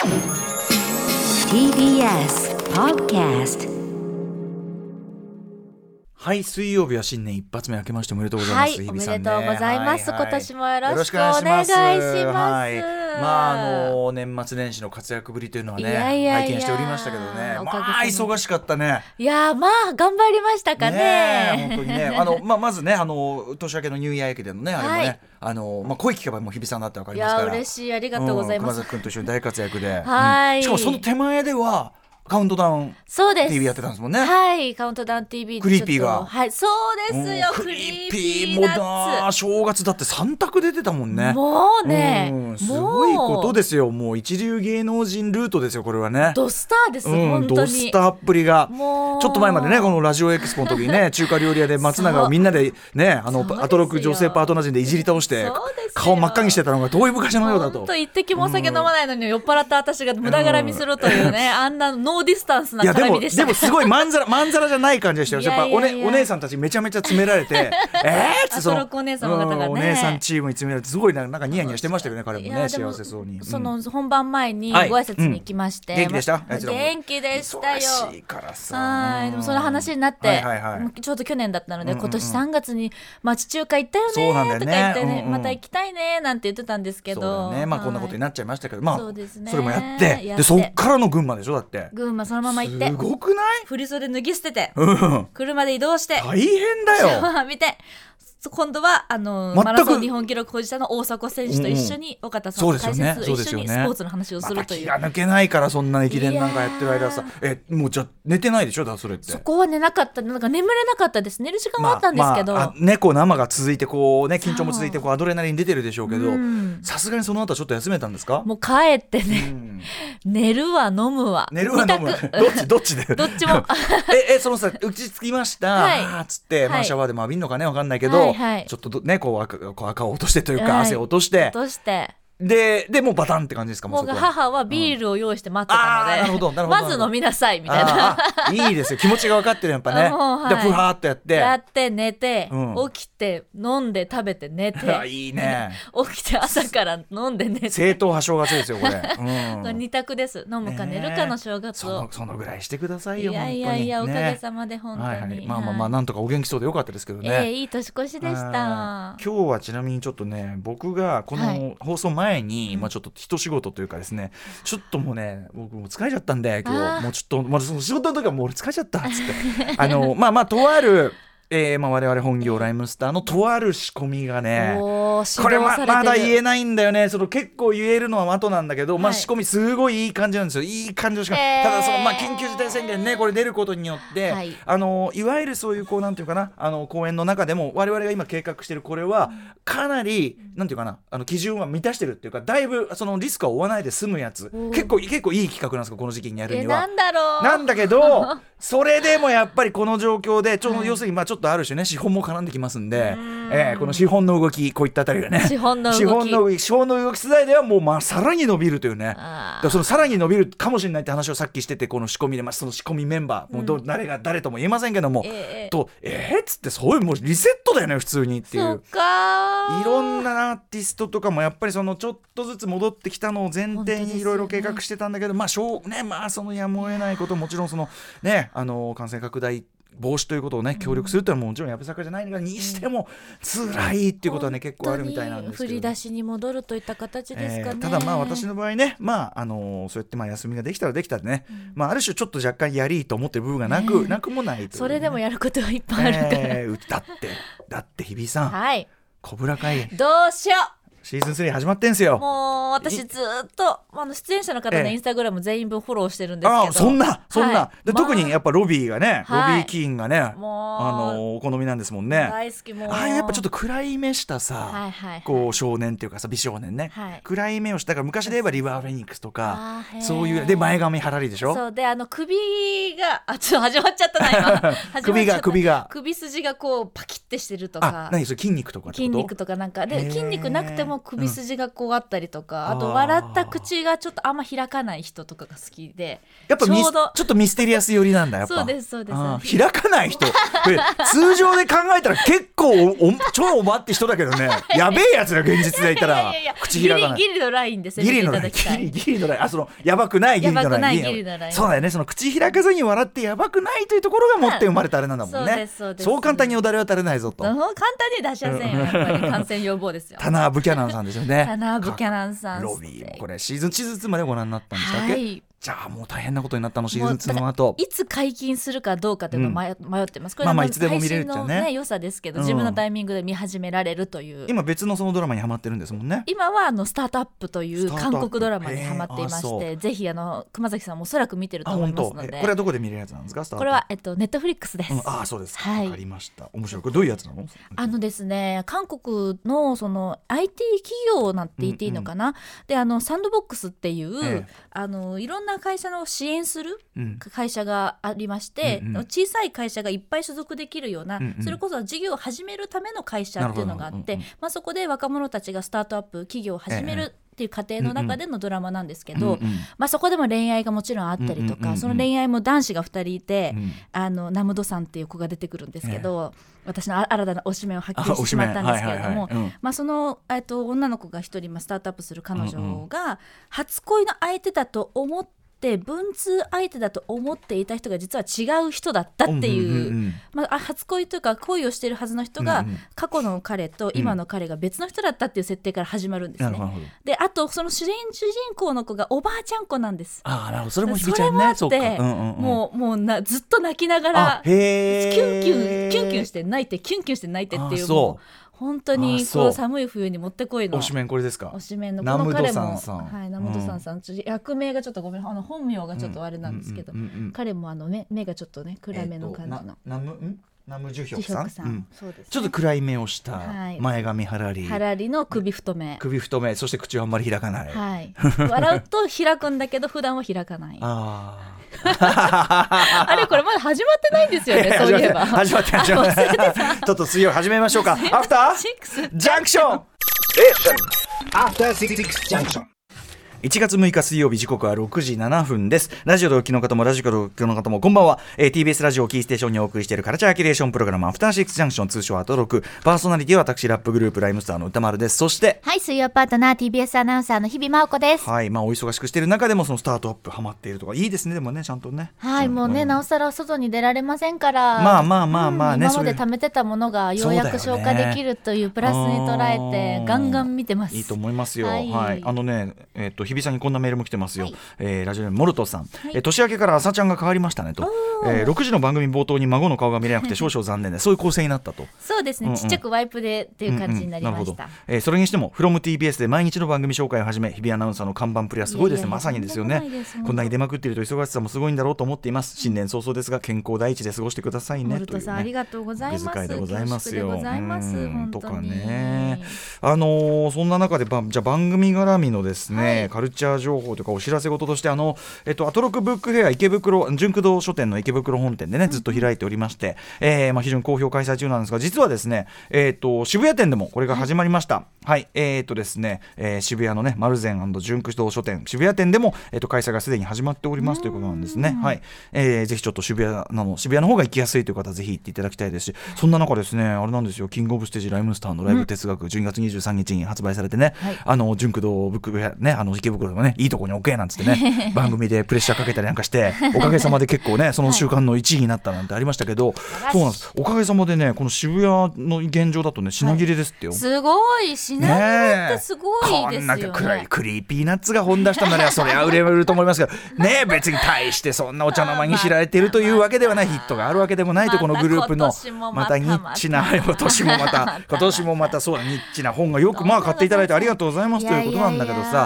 TBS Podcast。 はい、水曜日は新年一発目明けましておめでとうございます。 はい、 日比さんね、 おめでとうございます、 はいはい、 今年もよろしくおよろ願いします。 はい、年末年始の活躍ぶりというのはね、拝見しておりましたけどね、まあ忙しかったね。 いやまあ頑張りましたかね。 本当にね、まずね、年明けのニューイヤー駅でのね、あれもね、声聞けばもう日比さんだってわかりますから。 いや嬉しい、ありがとうございます。 熊崎君と一緒に大活躍で、 はい、 しかもその手前ではカウントダウン TV やってたんですもんね。 はい、カウントダウン TV クリーピーが、 はい、そうですよ、 クリーピーもだ、正月だって3択出てたもんね。 もうね、 すごいことですよ。もう一流芸能人ルートですよこれはね。 ドスターです、本当にドスターっぷりが。ちょっと前までね、このラジオエキスポの時にね、中華料理屋で松永をみんなでね、アトロク女性パートナー陣でいじり倒して顔真っ赤にしてたのが遠い昔のようだと。 本当一滴もお酒飲まないのに酔っ払った私が無駄絡みするというね、あんなノーディスタンスな絡みでした。 でもすごいまんざらじゃない感じでしたよ。やっぱお姉さんたちめちゃめちゃ詰められてアトロクお姉さんの方がね、 お姉さんチームに詰められてすごいなんかニヤニヤしてましたよね。彼もね、幸せそうに。 その本番前にご挨拶に行きまして、 元気でした？ 元気でしたよ。 忙しいからさ。 はい、でもその話になって、ちょうど去年だったので、今年3月に町中華行ったよねとか言ってね、また行きたいねなんて言ってたんですけど、 そうだね、こんなことになっちゃいましたけど、 そうですね、 それもやってでそっからの群馬でしょ。だって群馬そのまま行って、 すごくない？ 振り袖脱ぎ捨てて、車で移動して大変だよ。 見て、今度はマラソン日本記録保持者の大迫選手と一緒に岡田さんの解説、一緒にスポーツの話をするという。 気が抜けないから、そんな駅伝なんかやってる間さ、もうじゃ寝てないでしょ。だそれってそこは寝なかった、なんか眠れなかったです。寝る時間はあったんですけど、 こう生が続いてこうね、緊張も続いてこうアドレナリン出てるでしょうけど、さすがにその後はちょっと休めたんですか？ もう帰ってね、寝るわ飲むわ、 どっちでどっちもそのさ、打ち着きましたっつって、シャワーでも浴びんのかね、わかんないけど、ちょっとね、こう赤を落としてというか、汗を落としてでもうバタンって感じですか？ もう母はビールを用意して待ってたので、まず飲みなさいみたいな。 いいですよ、気持ちが分かってるやっぱね。でプハーっとやって寝て、起きて飲んで食べて寝て、 いいね。 起きて朝から飲んで寝て、 正統派正月ですよこれ。 二択です。飲むか寝るかの正月を。 そのぐらいしてくださいよ。 いやおかげさまで本当に。 なんとかお元気そうでよかったですけどね。 いい年越しでした。 今日はちなみにちょっとね、僕がこの放送前にちょっと一仕事というかですね、ちょっともうね、僕も疲れちゃったんで、今日もうちょっとその仕事の時はもう俺疲れちゃったっつってとある我々本業ライムスターのとある仕込みがね、これまだ言えないんだよね。その結構言えるのは後なんだけど、仕込みすごいいい感じなんですよ。いい感じのしか、ただその緊急事態宣言ね、これ出ることによって、いわゆるそういうこうなんていうかな、公演の中でも我々が今計画しているこれはかなりなんていうかな、基準は満たしてるっていうか、だいぶそのリスクは負わないで済むやつ、結構いい企画なんですか、この時期にやるには。なんだけどそれでもやっぱりこの状況で要するにちょっとある種ね、資本も絡んできますんで、この資本の動き、こういったあたりがね、資本の動き次第ではもうさらに伸びるというね。そのさらに伸びるかもしれないって話をさっきしてて、この仕込みで、その仕込みメンバー、もう誰が誰とも言えませんけども、つってそういうもうリセットだよね普通にっていう。いろんなアーティストとかもやっぱりそのちょっとずつ戻ってきたのを前提にいろいろ計画してたんだけど、そのやむを得ないこと、もちろんそのね、感染拡大防止ということをね、協力するっていうのはもちろんやぶさかじゃないのにしても辛いっていうことはね、結構あるみたいなんですけど、 振り出しに戻るといった形ですかね。 ただ私の場合ね、そうやって休みができたらできたでね、ある種ちょっと若干やりと思ってる部分がなくもないという、ね、 それでもやることはいっぱいあるから、 だって日比さん、コブラ会どうしよう、 シーズン3始まってんすよ。 もう私ずっと出演者の方のインスタグラム全員分フォローしてるんですけど、 そんな、で特にやっぱロビーがね、ロビーキーンがね、お好みなんですもんね。 大好き。もうやっぱちょっと暗い目したさ、こう少年っていうかさ、美少年ね、暗い目をしたから、昔で言えばリバーフェニックスとか、そういうで前髪はらりでしょ。 そうで首がちょっと始まっちゃったな今首筋がこうパキッてしてるとか。 何それ、筋肉とかってこと？ 筋肉とかなんかで、筋肉なくてもも首筋がこうあったりとか、あと笑った口がちょっとあんま開かない人とかが好きで、 やっぱちょっとミステリアス寄りなんだやっぱ。 そうですそうです。 開かない人通常で考えたら結構超おばって人だけどねやべえやつだ現実で言ったら口開かない。 ギリのラインですね。ギリのライン、 そのやばくないギリのライン。そうだよね、その口開かずに笑ってやばくないというところが持って生まれたあれなんだもんね。そう簡単によだれは垂れないぞと。 簡単に出しませんよ、やっぱり感染予防ですよ。 タナー・ブキャナンさんですよね。 タナー・ブキャナンさん、 ロビーもこれシーズン2までご覧になったんでしたっけ。はい、じゃあもう大変なことになったのシーズン2の後。いつ解禁するかどうかというのを迷ってます。これはいつでも見れるっちゃね、 良さですけど、自分のタイミングで見始められるという。 今別のそのドラマにハマってるんですもんね。 今はスタートアップという韓国ドラマにハマっていまして、ぜひ熊崎さんもおそらく見てると思いますので。これはどこで見れるやつなんですか。 これはネットフリックスです。 そうですか、わかりました。面白い。これどういうやつなの。 ですね、韓国のその IT 企業なんて言っていいのかな、でサンドボックスっていう、いろんな会社の支援する会社がありまして、小さい会社がいっぱい所属できるような、それこそ事業を始めるための会社っていうのがあって、そこで若者たちがスタートアップ企業を始めるっていう過程の中でのドラマなんですけど、そこでも恋愛がもちろんあったりとか、その恋愛も男子が2人いて、ナムドさんっていう子が出てくるんですけど、私の新たな推しメンを発見してしまったんですけれども、その女の子が一人スタートアップする彼女が初恋の相手だと思って文通相手だと思っていた人が実は違う人だったっていう、初恋というか恋をしているはずの人が、過去の彼と今の彼が別の人だったっていう設定から始まるんですね。であとその主人公の子がおばあちゃん子なんです。 なるほど、それもひびちゃんね。 それもあって、もうずっと泣きながらキュンキュンして泣いてキュンキュンして泣いてっていう、もう本当にこの寒い冬にもってこいの推しメン。これですか。 推しメンのこの彼もナムドさん、 ナムドさん、役名がちょっとごめん、本名がちょっとあれなんですけど、彼も目がちょっとね暗めの感じの、 ナムジュヒョクさん、 そうですね、 ちょっと暗い目をした前髪ハラリの首太め、 そして口はあんまり開かない、 笑うと開くんだけど普段は開かない。あれこれまだ始まってないんですよね。そういえば始まってちょっと水曜始めましょうか。アフタージャンクション。アフターシックスジャンクション。1月6日水曜日、時刻は6時7分です。ラジオでお聞きの方もラジコでお聞きの方もこんばんは。TBS ラジオキーステーションにお送りしているカルチャーキュレーションプログラムアフターシックスジャンクション、通称アトロク。パーソナリティは私ラップグループライムスターの歌丸です。そして水曜パートナー TBS アナウンサーの日々真央子です。 お忙しくしている中でもそのスタートアップハマっているとかいいですね。でもね、ちゃんとね、 もうね、なおさら外に出られませんから、 今まで貯めてたものがようやく消化できるというプラスに捉えてガンガン見てます。 いいと思いますよ。日々さんにこんなメールも来てますよ。ラジオネームモルトさん、年明けから朝ちゃんが変わりましたねと、6時の番組冒頭に孫の顔が見れなくて少々残念でそういう構成になったと。 そうですね、ちっちゃくワイプでっていう感じになりました。 それにしても FromTBS で毎日の番組紹介をはじめ、日比アナウンサーの看板プレイはすごいですね。まさにですよね。こんなに出まくっていると忙しさもすごいんだろうと思っています。新年早々ですが健康第一で過ごしてくださいね。 モルトさん、ありがとうございます。 お気遣いでございますよ。 とかね、そんな中でじゃあ番組絡みのですね、カルチャー情報とかお知らせ事としてアトロクブックフェア池袋純駆動書店の池袋本店でねずっと開いておりまして、非常に好評開催中なんですが、実はですね、渋谷店でもこれが始まりました。ですね、渋谷のね丸善&純駆動書店渋谷店でも、開催がすでに始まっておりますということなんですね。ぜひちょっと渋谷の方が行きやすいという方はぜひ行っていただきたいですし、そんな中ですね、あれなんですよ、キングオブステージライムスターのライブ哲学、12月23日に発売されてね、純駆動ブックフェアね、池袋のねいいとこに置けなんつってね番組でプレッシャーかけたりなんかしておかげさまで結構ねその週間の1位になったなんてありましたけど、そうなんです。おかげさまでねこの渋谷の現状だとね品切れですってよ。 すごい品切れってすごいですよね。 こんなクリーピーナッツが本出したならそりゃ売れると思いますけどね、別に大してそんなお茶の間に知られているというわけではない、ヒットがあるわけでもないと、このグループのまたニッチな今年もまたそうだニッチな本がよく買っていただいてありがとうございますということなんだけどさ、 やっぱり物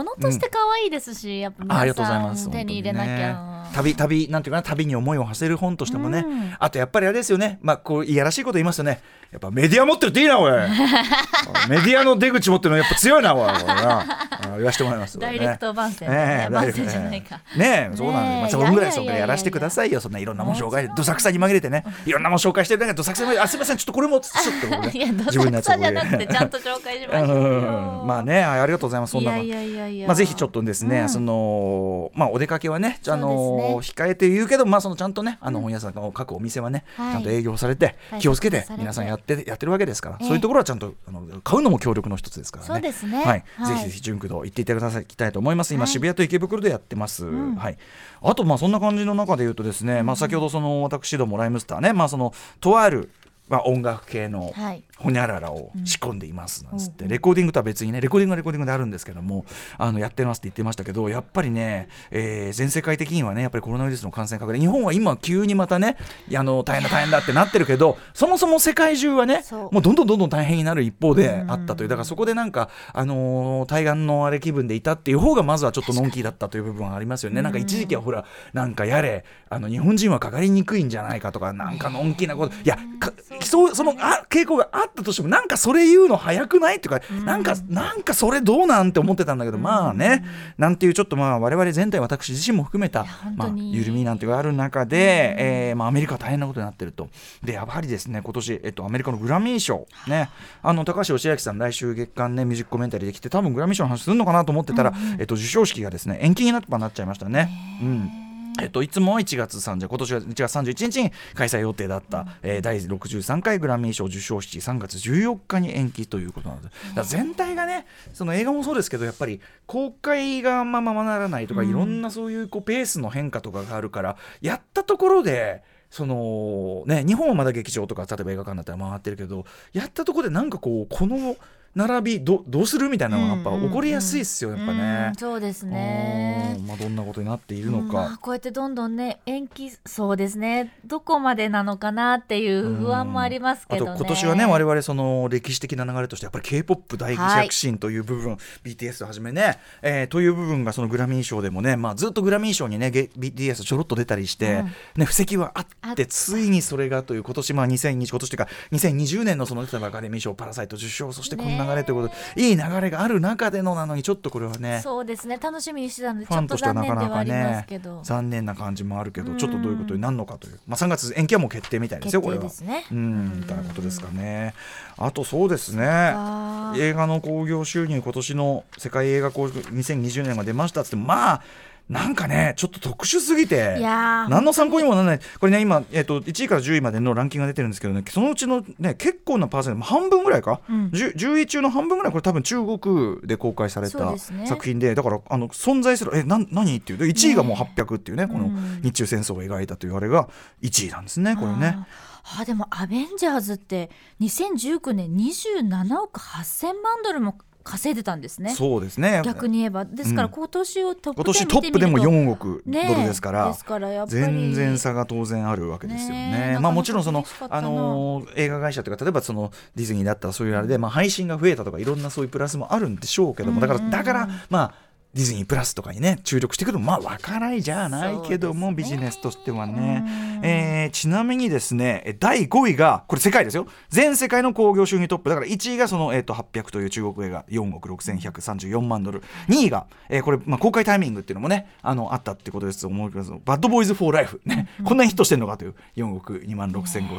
物として可愛いですし、やっぱありがとうございます。 皆さん手に入れなきゃ、 旅なんていうかな、旅に思いを馳せる本としてもね、あとやっぱりあれですよね、こういやらしいこと言いますよね、やっぱメディア持ってるっていいなおいメディアの出口持ってるのやっぱ強いなおい言わせてもらいます、 ダイレクト番宣番宣じゃないかねえ、そうなんです、そのぐらいやらせてくださいよ。そんないろんなもん紹介、どさくさに紛れてね、いろんなもん紹介してる中でどさくさに紛れて、すみませんちょっとこれもちょっとね、 いやどさくさじゃなくてちゃんと紹介しましょうよまあね、ありがとうございます。そんなぜひちょっとですね、そのお出かけはね、控えて言うけど、そのちゃんとね、本屋さんの各お店はね、ちゃんと営業されて、気をつけて皆さんやってるわけですから、そういうところはちゃんと買うのも協力の一つですからね。 そうですね、 はい、ぜひぜひ純駆動行っていただきたいと思います。今、渋谷と池袋でやってます。はい、あとそんな感じの中で言うとですね、先ほどその私どもライムスターね、そのとある音楽系のホニャララを仕込んでいますなんつって、レコーディングとは別にね、レコーディングはレコーディングであるんですけども、やってますって言ってましたけど、やっぱりね、全世界的にはね、やっぱりコロナウイルスの感染拡大、日本は今急にまたね、大変だってなってるけど、そもそも世界中はね、もうどんどん大変になる一方であったという、だからそこでなんか対岸のあれ気分でいたっていう方がまずはちょっとのんきだったという部分はありますよね。なんか一時期はほら、なんかやれ日本人はかかりにくいんじゃないかとか、なんかのんきなこと、いやその傾向があったとしても、なんかそれ言うの早くないっていうか、なんかそれどうなんて思ってたんだけど、なんていうちょっと我々全体、私自身も含めた緩みなんていうのがある中で、アメリカは大変なことになってると。でやはりですね、今年、アメリカのグラミー賞ね、高橋義明さん来週月間ねミュージックコメンタリーで来て、多分グラミー賞の話するのかなと思ってたら、授賞式がですね延期になっちゃいましたね。いつもは1月30日、今年は1月31日に開催予定だった、第63回グラミー賞授賞式、3月14日に延期ということなので、だから全体がね、その映画もそうですけど、やっぱり公開がならないとか、いろんなそういうペースの変化とかがあるから、やったところでそのね、日本はまだ劇場とか例えば映画館だったら回ってるけど、やったところでなんかこの並びどうするみたいなのがやっぱ起こりやすいですよ、やっぱね。 そうですね。 どんなことになっているのか、 こうやってどんどんね延期、そうですね、どこまでなのかなっていう不安もありますけどね。 あと今年はね、我々その歴史的な流れとしてやっぱり K-POP 大躍進という部分、BTS をはじめね、という部分がそのグラミー賞でもね、ずっとグラミー賞にね BTS ちょろっと出たりして、布石はあって、ついにそれがという、今年今年というか2020年のその例えばアカデミー賞パラサイト受賞、そしてこの流れということで、いい流れがある中でのなのに、ちょっとこれはね、 そうですね、楽しみにしてたのでちょっと残念ではありますけど、 残念な感じもあるけど、ちょっとどういうことになるのかという、3月延期はもう決定みたいですよ、これは。 決定ですね。 みたいなことですかね。あとそうですね、映画の興行収入、今年の世界映画興行2020年が出ましたっつって、なんかねちょっと特殊すぎて何の参考にもならない。これね今、1位から10位までのランキングが出てるんですけどね、そのうちのね結構なパーセント、半分ぐらいか、10位中の半分ぐらい、これ多分中国で公開された作品で、だから存在する何っていうと、1位がもう800っていうね、この日中戦争を描いたというあれが1位なんですね、これね。 でもアベンジャーズって2019年27億8000万ドルも稼いでたんですね。 そうですね、 逆に言えば。ですから今年をトップ10見てみると、 今年トップでも4億ドルですから、 やっぱり全然差が当然あるわけですよね。もちろんその映画会社というか、例えばそのディズニーだったらそういうあれで、配信が増えたとかいろんなそういうプラスもあるんでしょうけども、だからディズニープラスとかにね注力してくるのも分からないじゃないけども、ビジネスとしてはね。ちなみにですね、第5位がこれ世界ですよ、全世界の興行収入トップだから、1位がその、800という中国映画4億6134万ドル、2位が、これ、公開タイミングっていうのもねあったってことですと思うけど、バッドボーイズ・フォー・ライフね、こんなにヒットしてるのかという4億2万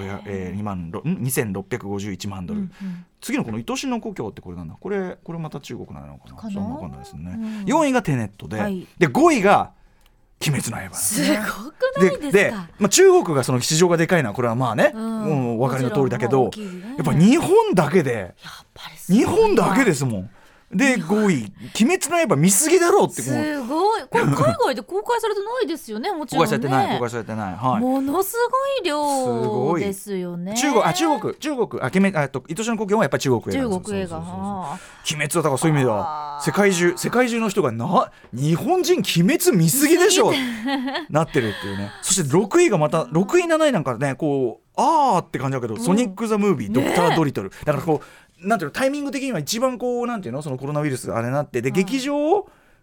2651万ドル、次のこの愛しの故郷ってこれなんだ、これまた中国なのかな、そんな分かんないですね。4位がテネットで、で5位が鬼滅の刃、 すごくないですか。 中国がその市場がでかいのはこれはお分かりの通りだけど、やっぱ日本だけで、日本だけですもん。で5位鬼滅の刃見すぎだろうって、 すごい、これ海外で公開されてないですよね、もちろんね。 公開されてない、 ものすごい量ですよね。 中国愛しの故郷はやっぱり中国映画、 鬼滅はだからそういう意味では世界中の人が日本人鬼滅見すぎでしょなってるっていうね。そして6位がまた6位7位なんかね、こうって感じだけど、ソニック・ザ・ムービー、ドクター・ドリトル、だからこうなんていうの、タイミング的には一番こうなんていうの、そのコロナウイルスあれなって、で劇場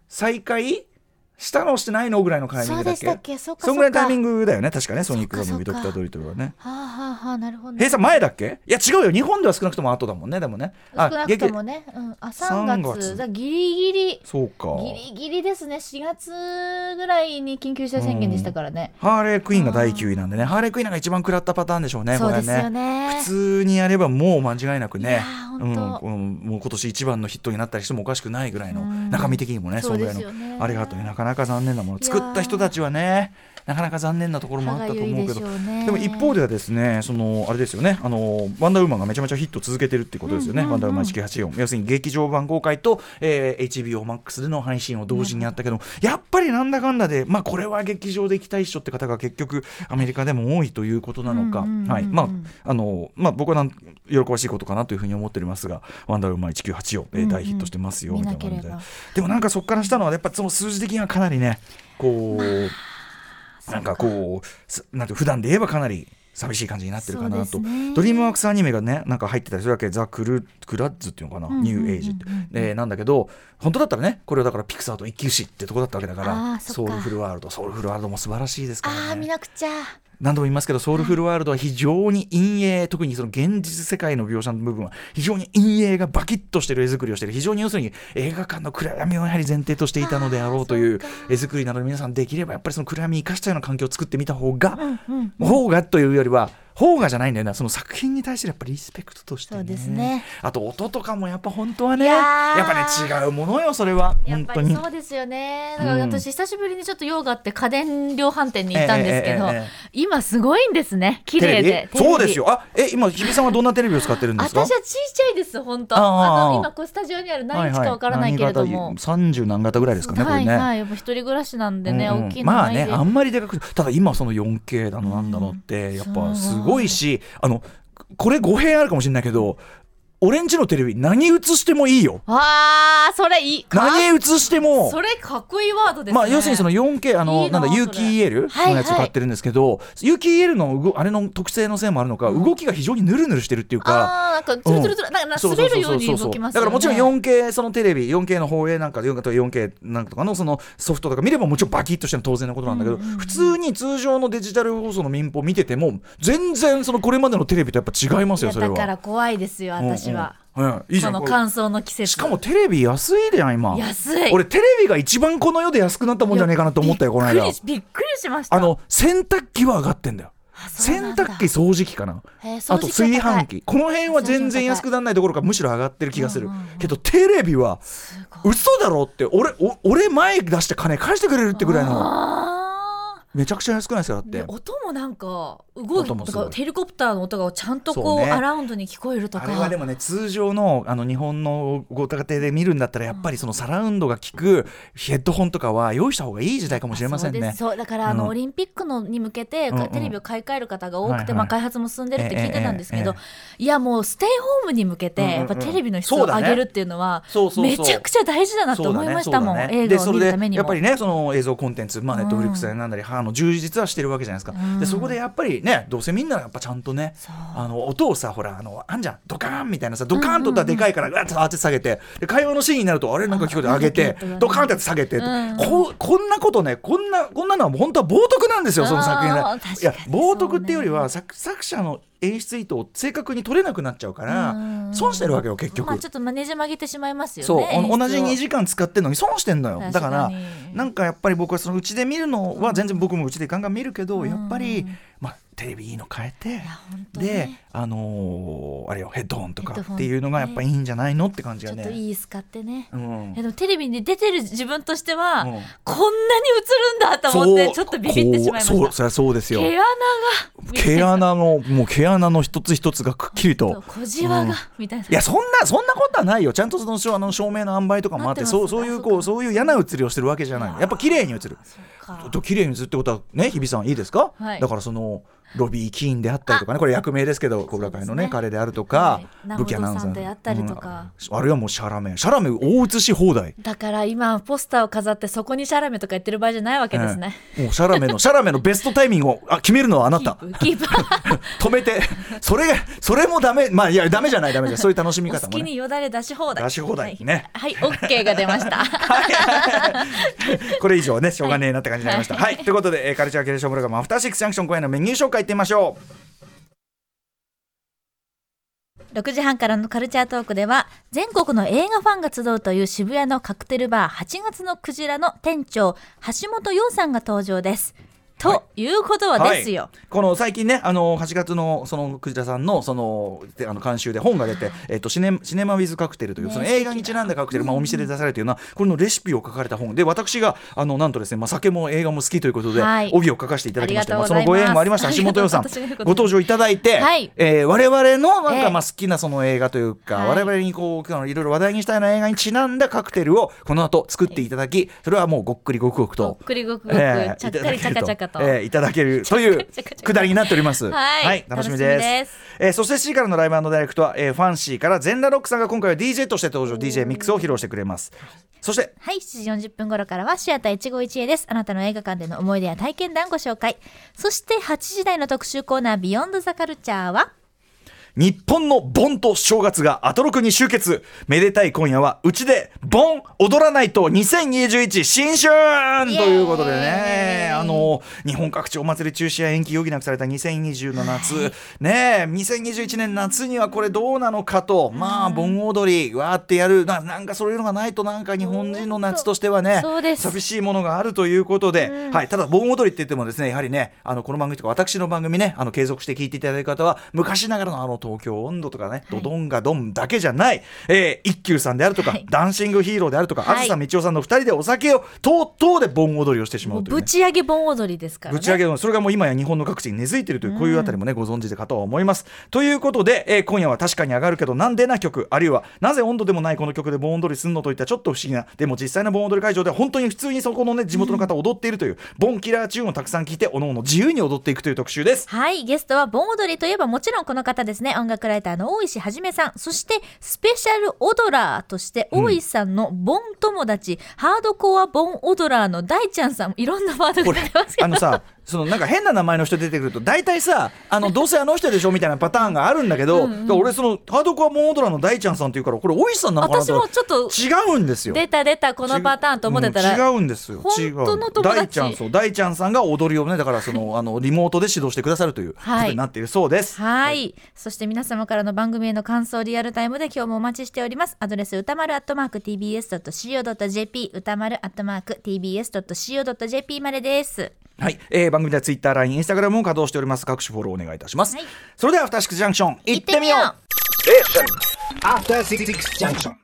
再開したのしてないのぐらいのタイミングだっけ。 そうでしたっけ。そっかそんぐらいのタイミングだよね確かね。ソニック・ザ・ムービードクター・ドリトルはね。 はあはあはあ、なるほど、ね、 閉鎖前だっけ。いや違うよ、日本では少なくとも後だもんね。でもね、 少なくともね、3月だ、ギリギリ、 そうか、 ギリギリですね。4月ぐらいに緊急事態宣言でしたからね。 ハーレークイーンが第9位なんでね、ハーレークイーンが一番食らったパターンでしょうね。 そうですよね。 普通にやればもう間違いなくね、もう今年一番のヒットになったりしてもおかしくないぐらいの、中身的にもね、そのぐらいのあれがあってね、なかなか残念なもの作った人たちはね、なかなか残念なところもあったと思うけど、でも一方ではですね、そのあれですよね、ワンダーウーマンがめちゃめちゃヒット続けてるっていうことですよね。ワンダーウーマン1984、要するに劇場版公開と、HBO Max での配信を同時にやったけど、やっぱりなんだかんだで、これは劇場で行きたい人って方が結局アメリカでも多いということなのか、僕は喜ばしいことかなというふうに思っておりますが、ワンダーウーマン1984、大ヒットしてますよみたいな感じで。でもなんかそこからしたのはやっぱその数字的にはかなりね、こうなんかこうなんて普段で言えばかなり寂しい感じになってるかなと、ドリームワークスアニメがねなんか入ってたりするわけ。ザ・クラッズっていうのかな、ニューエイジってなんだけど、本当だったらねこれはだからピクサーと一騎打ちってとこだったわけだから、ソウルフルワールドも素晴らしいですからね。 見なくちゃ。 何度も言いますけど、ソウルフルワールドは非常に陰影、特にその現実世界の描写の部分は非常に陰影がバキッとしてる絵作りをしている。非常に要するに映画館の暗闇をやはり前提としていたのであろうという絵作りなので、皆さんできればやっぱりその暗闇を生かしたような環境を作ってみた方が、というよりは方がじゃないんだよな、その作品に対してやっぱりリスペクトとしてそうですね。 あと音とかもやっぱ本当はね、やっぱね違うものよそれは本当に。 そうですよね。だから私久しぶりにちょっと用があって家電量販店に行ったんですけど、今すごいんですね、綺麗で。 そうですよ。今日比さんはどんなテレビを使ってるんですか。 私は小さいです本当。今こうスタジオにある何インチかわからないけれども、 30何型ぐらいですかねこれね。 やっぱ一人暮らしなんでね、大きいのないで。 あんまりでかく、ただ今その 4K だのなんだのってやっぱすごいし、これ語弊あるかもしれないけど、俺んちのテレビ何映してもいいよ。 それいい。 何映しても。 それかっこいいワードですね。 要するにその 4K なんだ有機 EL のやつを買ってるんですけど、有機 EL のあれの特性のせいもあるのか、動きが非常にヌルヌルしてるっていうか、 なんかツルツルツル、なんか滑るように動きますよね。 だからもちろん 4K そのテレビ 4K の放映なんか 4K なんとかのそのソフトとか見ればもちろんバキッとしてる当然のことなんだけど、普通に通常のデジタル放送の民放見てても全然そのこれまでのテレビとやっぱ違いますよ。それはだから怖いですよ私は。 いいじゃん、 その乾燥の季節。 しかもテレビ安いじゃん今。 安い。 俺テレビが一番この世で安くなったもんじゃねえかなと思ったよこの間。 びっくりしました。 洗濯機は上がってんだよ。洗濯機掃除機かな、あと炊飯器、この辺は全然安くならないどころかむしろ上がってる気がする、けどテレビは嘘だろって、俺前出して金返してくれるってぐらいのめちゃくちゃ安くないですか。だって音もなんか動きとかヘリコプターの音がちゃんとこうアラウンドに聞こえるとか。 あれはでもね通常の日本のご家庭で見るんだったらやっぱりそのサラウンドが効くヘッドホンとかは用意した方がいい時代かもしれませんね。 そうだからオリンピックに向けてテレビを買い替える方が多くて、開発も進んでるって聞いてたんですけど、いやもうステイホームに向けてやっぱテレビの質を上げるっていうのはめちゃくちゃ大事だなと思いましたもん。映画を見るためにもやっぱりねその映像コンテンツ、ネットフリックスでなんだり充実はしてるわけじゃないですか。でそこでやっぱりねどうせみんなやっぱちゃんとね音をさほらあんじゃんドカーンみたいなさ、ドカーンとでかいからガッと当て下げて、で会話のシーンになるとあれなんか聞こえて上げてドカーンって下げて、こんなことねこんなのは本当は冒涜なんですよその作品が。いや冒涜っていうよりは作者の演出意図を正確に取れなくなっちゃうから損してるわけよ結局。 ちょっとマネージ曲げてしまいますよね。 そう同じ2時間使ってるのに損してんのよ。だからなんかやっぱり僕はそのうちで見るのは全然僕もうちでガンガン見るけど、やっぱりテレビいいの変えて、であれよヘッドホンとかっていうのがやっぱいいんじゃないのって感じがね。 ちょっといい使ってね、でもテレビに出てる自分としては、こんなに映るんだと思ってちょっとビビってしまいました。 そりゃそうですよ。 毛穴の一つ一つがくっきりと小じわがみたいな。 いやそんなことはないよ。ちゃんとその照明の塩梅とかもあって、そういう嫌な映りをしてるわけじゃない。やっぱ綺麗に映る。 綺麗にするってことはね、日比さんいいですか、 はい、 だからそのロビー・キーンであったりとかね、これ役名ですけど小倉会のね彼であるとか、武器アナウンサーであったりとか、 あるいはもうシャラメ大写し放題だから今ポスターを飾ってそこにシャラメとか言ってる場合じゃないわけですね、 もうシャラメのベストタイミングを決めるのはあなたキープ止めてそれもダメ、いやダメじゃないそういう楽しみ方もね、 お好きによだれ出し放題ね、はい、OK が出ましたこれ以上ねしょうがねえなって感じになりました、はい、ということで、カルチャーキュレーションプログラムアフターシックスジャンクション、今夜のメニュー紹介いってみましょう。6時半からのカルチャートークでは、全国の映画ファンが集うという渋谷のカクテルバー8月のクジラの店長橋本洋さんが登場です。ということはですよ、 この最近ね8月のそのクジラさんのその監修で本が出て、シネマウィズカクテルという、その映画にちなんだカクテル、お店で出されているようなこれのレシピを書かれた本で、私がなんとですね、酒も映画も好きということで、帯を書かせていただきまして、そのご縁もありました橋本洋さんご登場いただいて、我々のなんか好きなその映画というか、我々にこういろいろ話題にしたような映画にちなんだカクテルをこの後作っていただき、それはもうごっくりごくごくとちゃっかりちゃかちゃかといただけるというくだりになっております。はい、楽しみです。そして C からのライブ&ダイレクトは、ファンシーから全裸ロックさんが今回は DJ として登場、DJ ミックスを披露してくれます。そしてはい、7時40分頃からはシアター一期一会です。あなたの映画館での思い出や体験談ご紹介。そして8時台の特集コーナービヨンドザカルチャーは、 日本の盆と正月がアトロクに集結。めでたい今夜はうちで盆踊らないと2021新春ということでね、日本各地お祭り中止や延期余儀なくされた2020の夏、ね、2021年夏にはこれどうなのかと、盆踊りわーってやるなんかそういうのがないと、なんか日本人の夏としてはね寂しいものがあるということで、はい、ただ盆踊りって言ってもですね、やはりねこの番組とか私の番組ね継続して聞いていただいた方は昔ながらの東京温度とかね、ドドンガドンだけじゃない、一休さんであるとか、ダンシングヒーローであるとか、あずさみちおさんの2人でお酒をとうで盆踊りをしてしまうという、ね、 ぶち上げ盆踊りですからね。 ぶち上げ、それがもう今や日本の各地に根付いているという、こういうあたりもねご存知でかとは思います。ということで、今夜は確かに上がるけどなんでな曲、あるいはなぜ温度でもないこの曲で盆踊りすんのといったちょっと不思議な、でも実際の盆踊り会場では本当に普通にそこのね地元の方踊っているという、盆キラーチューンをたくさん聴いておのおの自由に踊っていくという特集です。 はい、ゲストは盆踊りといえばもちろんこの方ですね、音楽ライターの大石はじめさん、そしてスペシャルオドラーとして大石さんの盆友達、ハードコア盆オドラーの大ちゃんさん、いろんなワードが出てますけど、 さそのなんか変な名前の人出てくると大体さどうせあの人でしょみたいなパターンがあるんだけど、俺そのハードコア盆オドラーの大ちゃんさんっていうから、これ大石さんなのかなと、 私もちょっと違うんですよ。 出たこのパターンと思ってたら違うんですよ。 本当の友達、 大ちゃんさんが踊りをね、だからそのリモートで指導してくださるということになっているそうです。 はい、そして皆様からの番組への感想リアルタイムで今日もお待ちしております。アドレス歌丸@tbs.co.jp 歌丸@tbs.co.jp までです。 はい、番組ではツイッター、LINE、インスタグラムも稼働しております。各種フォローお願いいたします。はい、それではアフターシックスジャンクション行ってみよう。 アフターシックスジャンクション。